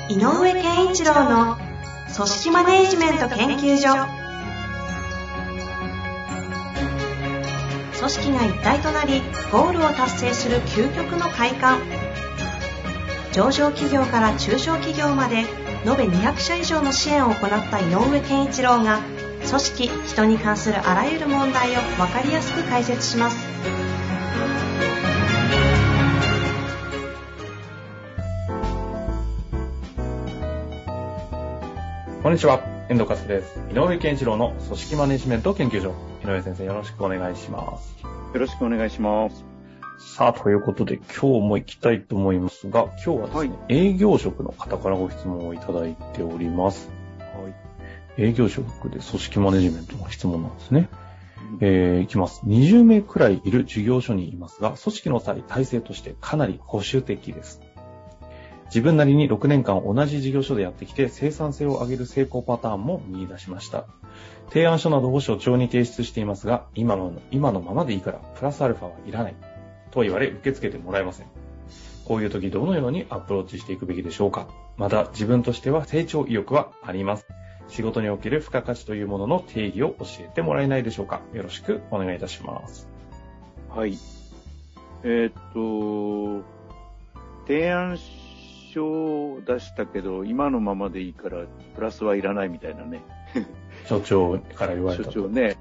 井上健一郎の組織マネジメント研究所。組織が一体となりゴールを達成する究極の快感。上場企業から中小企業まで延べ200社以上の支援を行った井上健一郎が、組織・人に関するあらゆる問題を分かりやすく解説します。 こんにちは、遠藤和樹です。井上健一郎の組織マネジメント研究所。井上先生、よろしくお願いします。 よろしくお願いします。 さあ、ということで今日も行きたいと思いますが、今日はですね、営業職の方からご質問をいただいております。はい。営業職で組織マネジメントの質問なんですね。いきます。20名くらいいる事業所にいますが、組織の体制としてかなり保守的です。自分なりに6年間同じ事業所でやってきて生産性を上げる成功パターンも見出しました。提案書などを所長に提出していますが、今のままでいいからプラスアルファはいらないと言われ受け付けてもらえません。こういう時どのようにアプローチしていくべきでしょうか。また自分としては成長意欲はあります。仕事における付加価値というものの定義を教えてもらえないでしょうか。よろしくお願いいたします。 はい。提案書を出したけど今のままでいいからプラスはいらないみたいなね。 所長から言われたと。 所長ね。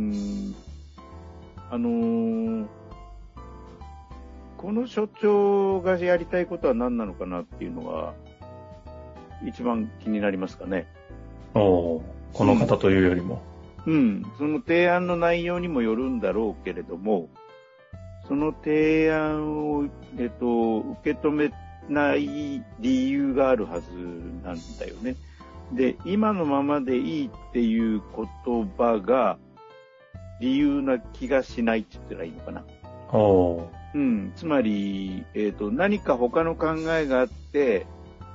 この所長がやりたいことは何なのかなっていうのが一番気になりますかね。 この方というよりも。 その提案の内容にもよるんだろうけれども、その提案を、受け止めない理由があるはずなんだよね。で、今のままでいいっていう言葉が理由な気がしないって言ったらいいのかな。つまり、何か他の考えがあって、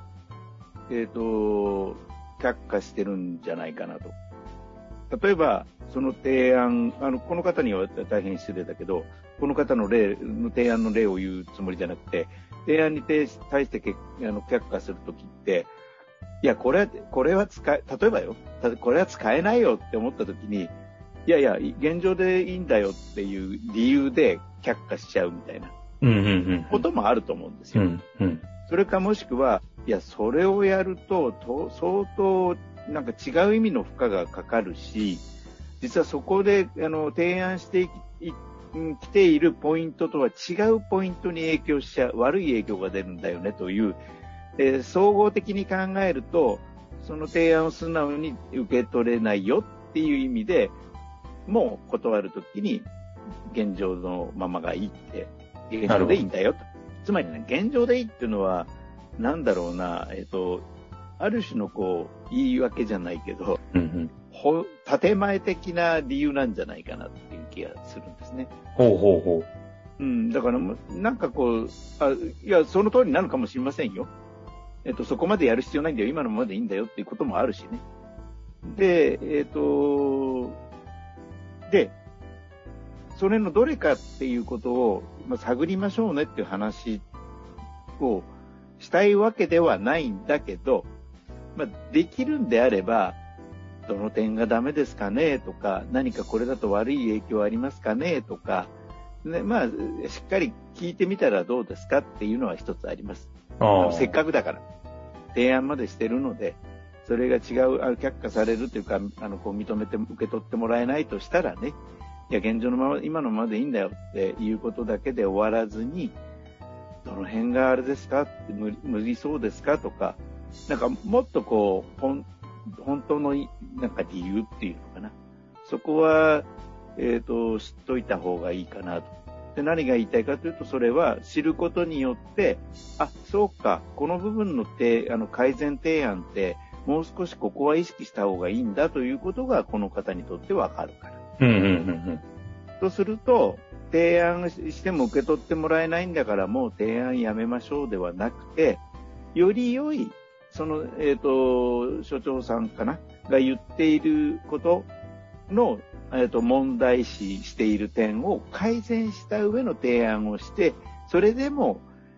却下してるんじゃないかなと。例えば、その提案、この方には大変失礼だけど、この方の提案の例を言うつもりじゃなくて、提案に対して却下するときって、いや、これは例えばよ、これは使えないよって思ったときに、いやいや、現状でいいんだよっていう理由で却下しちゃうみたいなこともあると思うんですよ。それかもしくは、いや、それをやると、相当なんか違う意味の負荷がかかるし、実はそこで提案して来ているポイントとは違うポイントに影響しちゃう、悪い影響が出るんだよねという、総合的に考えると、その提案を素直に受け取れないよっていう意味で、もう断るときに現状のままがいいって、現状でいいんだよと。つまりね、現状でいいっていうのは、なんだろうな、ある種の言い訳じゃないけど、建前的な理由なんじゃないかなっていう気がするんですね。だから、なんかいや、その通りになるかもしれませんよ。そこまでやる必要ないんだよ、今のままでいいんだよっていうこともあるしね。で、それのどれかっていうことを、探りましょうねっていう話をしたいわけではないんだけど、できるんであれば、どの点がダメですかねとか、何かこれだと悪い影響ありますかねとか、ね、しっかり聞いてみたらどうですかっていうのは一つあります。せっかくだから。提案までしてるので、それが違う、却下されるというか、認めて受け取ってもらえないとしたらね、いや、現状のまま、今のままでいいんだよっていうことだけで終わらずに、どの辺があれですかって、無理そうですかとか、なんかもっと本当のなんか理由っていうのかな。そこは、知っといた方がいいかなと。で、何が言いたいかというと、それは知ることによって、そうか、この部分の改善提案って、もう少しここは意識した方がいいんだということが、この方にとってわかるから。とすると、提案しても受け取ってもらえないんだからもう提案やめましょうではなくて、より良い、その、所長さんかなが言っていることの、問題視している点を改善した上の提案をして、それでも、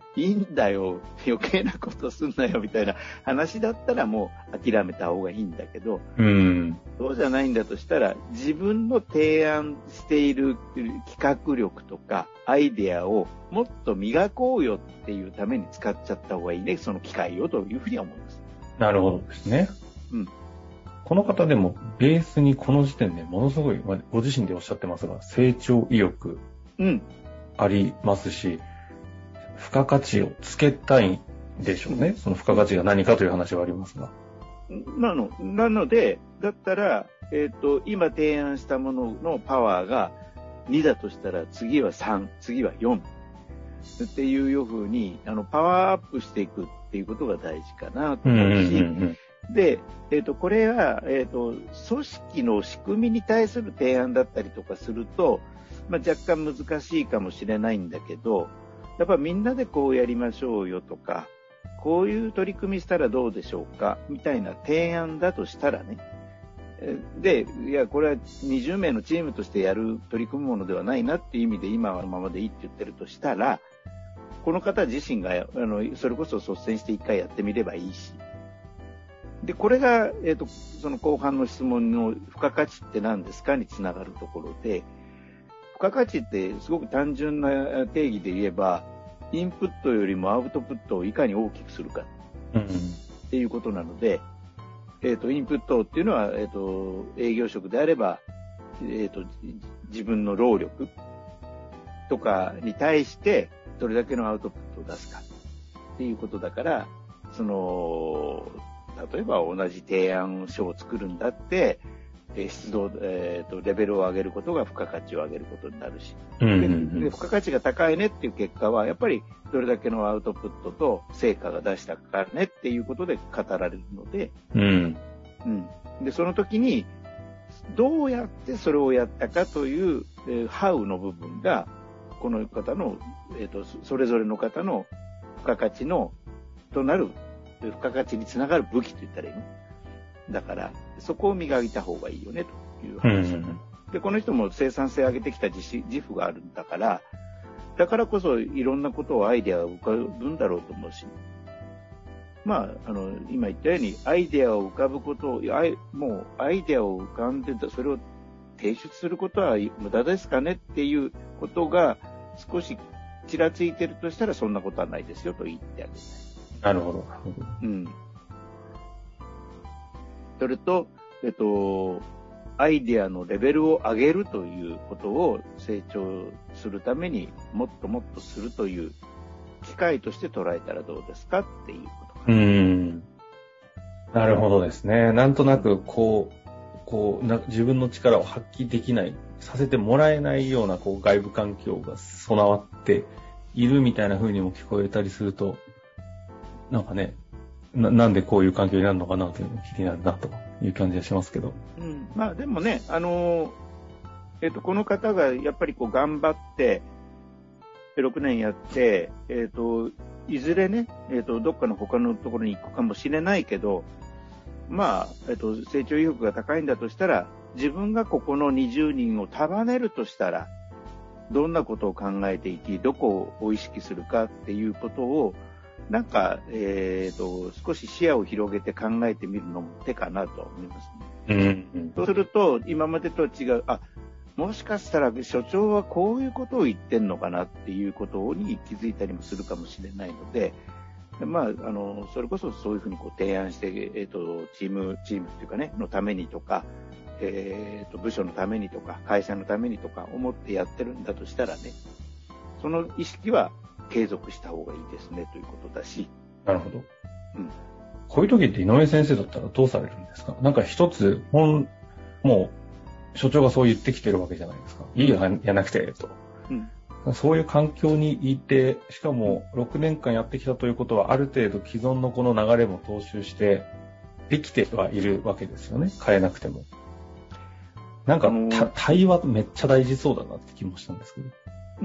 いいんだよ、余計なことすんなよみたいな話だったらもう諦めた方がいいんだけど、そうじゃないんだとしたら、自分の提案している企画力とかアイデアをもっと磨こうよっていうために使っちゃった方がいいね、その機会をというふうには思います。 なるほどですね。この方でもベースにこの時点でものすごい、ご自身でおっしゃってますが、成長意欲ありますし、付加価値をつけたいんでしょうね。その付加価値が何かという話はありますが。 なので、だったら、今提案したもののパワーが2だとしたら、次は3、次は4っていうふうに、パワーアップしていくっていうことが大事かなと思うし、で、これは、組織の仕組みに対する提案だったりとかすると、若干難しいかもしれないんだけど、やっぱみんなでこうやりましょうよとか、こういう取り組みしたらどうでしょうかみたいな提案だとしたらね。で、いや、これは20名のチームとしてやる取り組むものではないなっていう意味で今のままでいいって言ってるとしたら、この方自身がそれこそ率先して一回やってみればいいし。で、これが、その後半の質問の付加価値って何ですかにつながるところで、付加価値ってすごく単純な定義で言えば、インプットよりもアウトプットをいかに大きくするかっていうことなので、インプットっていうのは、営業職であれば、自分の労力とかに対してどれだけのアウトプットを出すかっていうことだから、例えば同じ提案書を作るんだって、出動、レベルを上げることが付加価値を上げることになるし、で付加価値が高いねっていう結果はやっぱりどれだけのアウトプットと成果が出したかねっていうことで語られるので、でその時にどうやってそれをやったかという、how の部分がこの方の、それぞれの方の付加価値のとなる付加価値につながる武器と言ったらいいの。だから、そこを磨いた方がいいよね、という話。で、この人も生産性を上げてきた自負があるんだから、だからこそいろんなことをアイデアが浮かぶんだろうと思うし、今言ったように、アイデアを浮かぶことを、もうアイデアを浮かんでた、それを提出することは無駄ですかねっていうことが少しちらついてるとしたら、そんなことはないですよと言ってあげたい。 なるほど。 それと、アイデアのレベルを上げるということを成長するためにもっともっとするという機会として捉えたらどうですかっていうことかな。 なるほどですね。なんとなく自分の力を発揮できない、させてもらえないような外部環境が備わっているみたいな風にも聞こえたりすると、なんかね、なんでこういう環境になるのかなというのが気になるなという感じがしますけど。 でもね、この方がやっぱり頑張って、6年やって、いずれね、どっかの他のところに行くかもしれないけど、成長意欲が高いんだとしたら、自分がここの20人を束ねるとしたら、どんなことを考えていき、どこを意識するかっていうことを、なんか、少し視野を広げて考えてみるのも手かなと思いますね。そうすると、今までとは違う、もしかしたら所長はこういうことを言ってんのかなっていうことに気づいたりもするかもしれないので、それこそそういうふうに提案して、チームっていうかね、のためにとか、部署のためにとか、会社のためにとか思ってやってるんだとしたらね、その意識は継続した方がいいですねということだし。 なるほど。こういう時って井上先生だったらどうされるんですか？なんか一つ、もう、所長がそう言ってきてるわけじゃないですか。いいよ、やなくて、と。そういう環境にいて、しかも6年間やってきたということは、ある程度既存のこの流れも踏襲して、できてはいるわけですよね。変えなくても。なんか、対話めっちゃ大事そうだなって気もしたんですけど。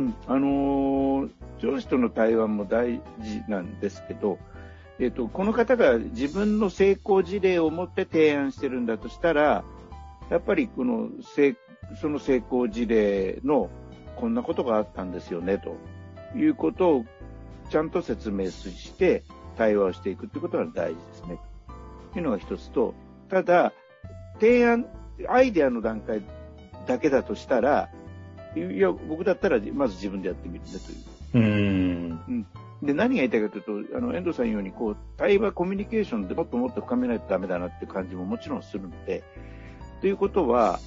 上司との対話も大事なんですけど、この方が自分の成功事例を持って提案してるんだとしたら、やっぱりその成功事例のこんなことがあったんですよねということをちゃんと説明して対話をしていくってことが大事ですね。というのが一つと、ただ、アイデアの段階だけだとしたら、いや、僕だったらまず自分でやってみるねという。で、何が言いたいかというと、遠藤さん言うように、対話、コミュニケーションでもっともっと深めないとダメだなっていう感じももちろんするので、ということは、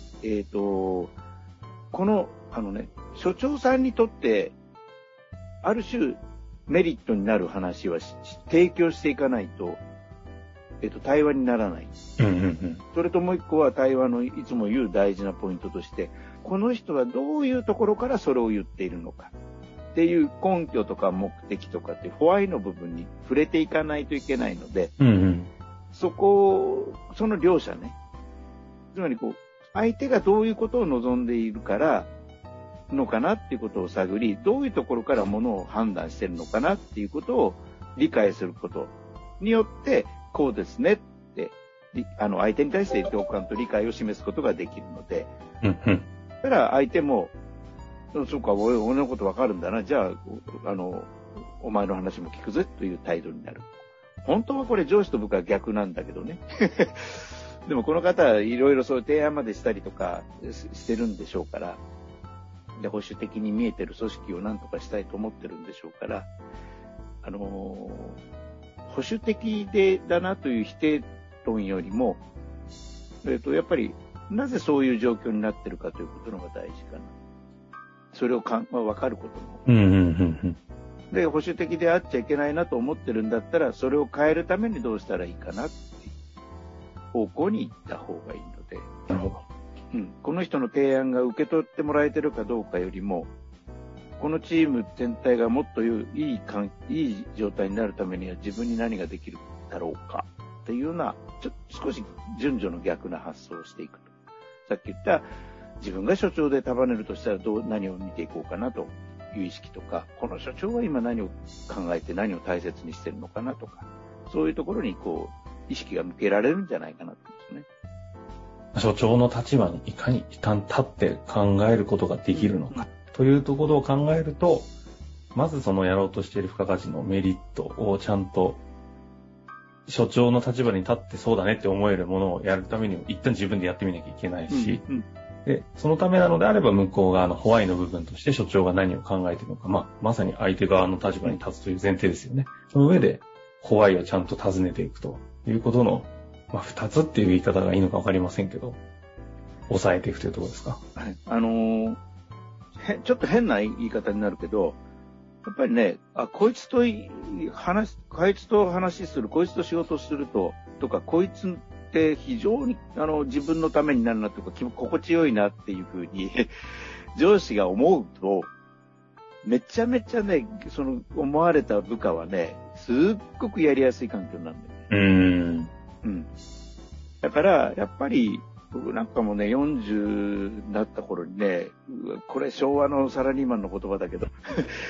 この、所長さんにとって、ある種、メリットになる話は提供していかないと、対話にならない。それともう一個は対話のいつも言う大事なポイントとして、この人はどういうところからそれを言っているのかっていう根拠とか目的とかっていうホワイの部分に触れていかないといけないので、その両者ね、つまり相手がどういうことを望んでいるからのかなっていうことを探り、どういうところからものを判断しているのかなっていうことを理解することによって、こうですねって、相手に対して共感と理解を示すことができるので、だから相手も、そうか、俺のことわかるんだな、じゃあ、お前の話も聞くぜという態度になる。本当はこれ上司と部下は逆なんだけどね。でもこの方はいろいろそういう提案までしたりとかしてるんでしょうから、で、保守的に見えてる組織を何とかしたいと思ってるんでしょうから、保守的だなという否定論よりも、やっぱりなぜそういう状況になってるかということの方が大事かな。それを分かることの。で、保守的であっちゃいけないなと思ってるんだったら、それを変えるためにどうしたらいいかなっていう方向に行った方がいいので。 なるほど。 この人の提案が受け取ってもらえてるかどうかよりも、このチーム全体がもっといい状態になるためには自分に何ができるだろうかっていうような、少し順序の逆な発想をしていくと。さっき言った自分が所長で束ねるとしたら何を見ていこうかなという意識とか、この所長は今何を考えて何を大切にしてるのかなとか、そういうところに意識が向けられるんじゃないかなと思うんですね。 所長の立場にいかに一旦立って考えることができるのかというところを考えると、まずそのやろうとしている付加価値のメリットをちゃんと所長の立場に立ってそうだねって思えるものをやるためにも一旦自分でやってみなきゃいけないし、でそのためなのであれば向こう側のホワイの部分として所長が何を考えているのか、まさに相手側の立場に立つという前提ですよね。その上でホワイをちゃんと尋ねていくということの二つっていう言い方がいいのかわかりませんけど、抑えていくというところですか。 はい。ちょっと変な言い方になるけど、やっぱりね、こいつと話する、こいつと仕事するとか、こいつって非常に自分のためになるなとか、心地よいなっていうふうに上司が思うと、めちゃめちゃね、思われた部下はね、すっごくやりやすい環境になるんだよね。だから、やっぱり、僕なんかもね、40になった頃にね、これ昭和のサラリーマンの言葉だけど、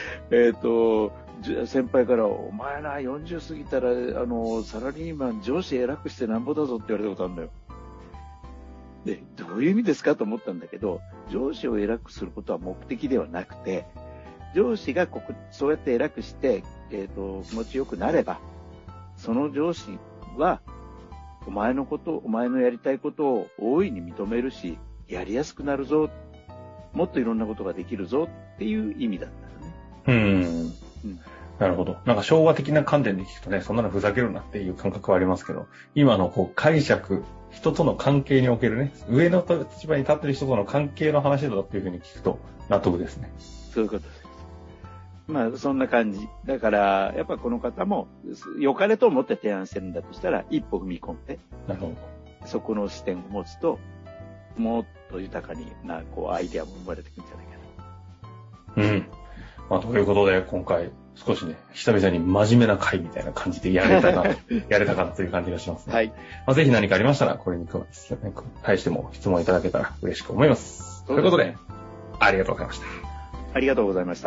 先輩から、お前な、40過ぎたら、サラリーマン上司偉くしてなんぼだぞって言われたことあるのよ。で、どういう意味ですかと思ったんだけど、上司を偉くすることは目的ではなくて、上司がそうやって偉くして、気持ちよくなれば、その上司は、お前のやりたいことを大いに認めるし、やりやすくなるぞ、もっといろんなことができるぞっていう意味だったよね。 なるほど。なんか昭和的な観点で聞くとね、そんなのふざけるなっていう感覚はありますけど、今の解釈、人との関係におけるね、上の立場に立ってる人との関係の話だっていうふうに聞くと納得ですね。 そういうことです。そんな感じ。だから、やっぱこの方も、良かれと思って提案してるんだとしたら、一歩踏み込んで、 なるほど。 そこの視点を持つと、もっと豊かな、アイデアも生まれてくるんじゃないかな。 ということで、今回、少しね、久々に真面目な回みたいな感じでやれたかなという感じがしますね。はい。ぜひ何かありましたら、これに対しても質問いただけたら嬉しく思います。ということで、ありがとうございました。 ありがとうございました。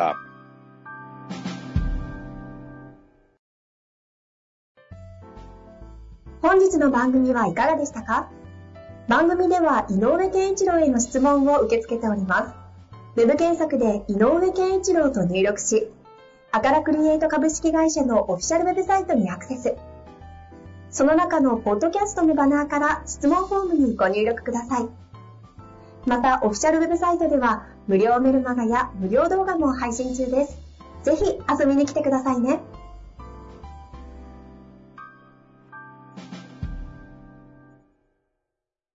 本日の番組はいかがでしたか？番組では井上健一郎への質問を受け付けております。ウェブ検索で井上健一郎と入力し、 アガラクリエイト株式会社のオフィシャルウェブサイトにアクセス。その中のポッドキャストのバナーから質問フォームにご入力ください。また、オフィシャルウェブサイトでは無料メルマガや無料動画も配信中です。ぜひ遊びに来てくださいね。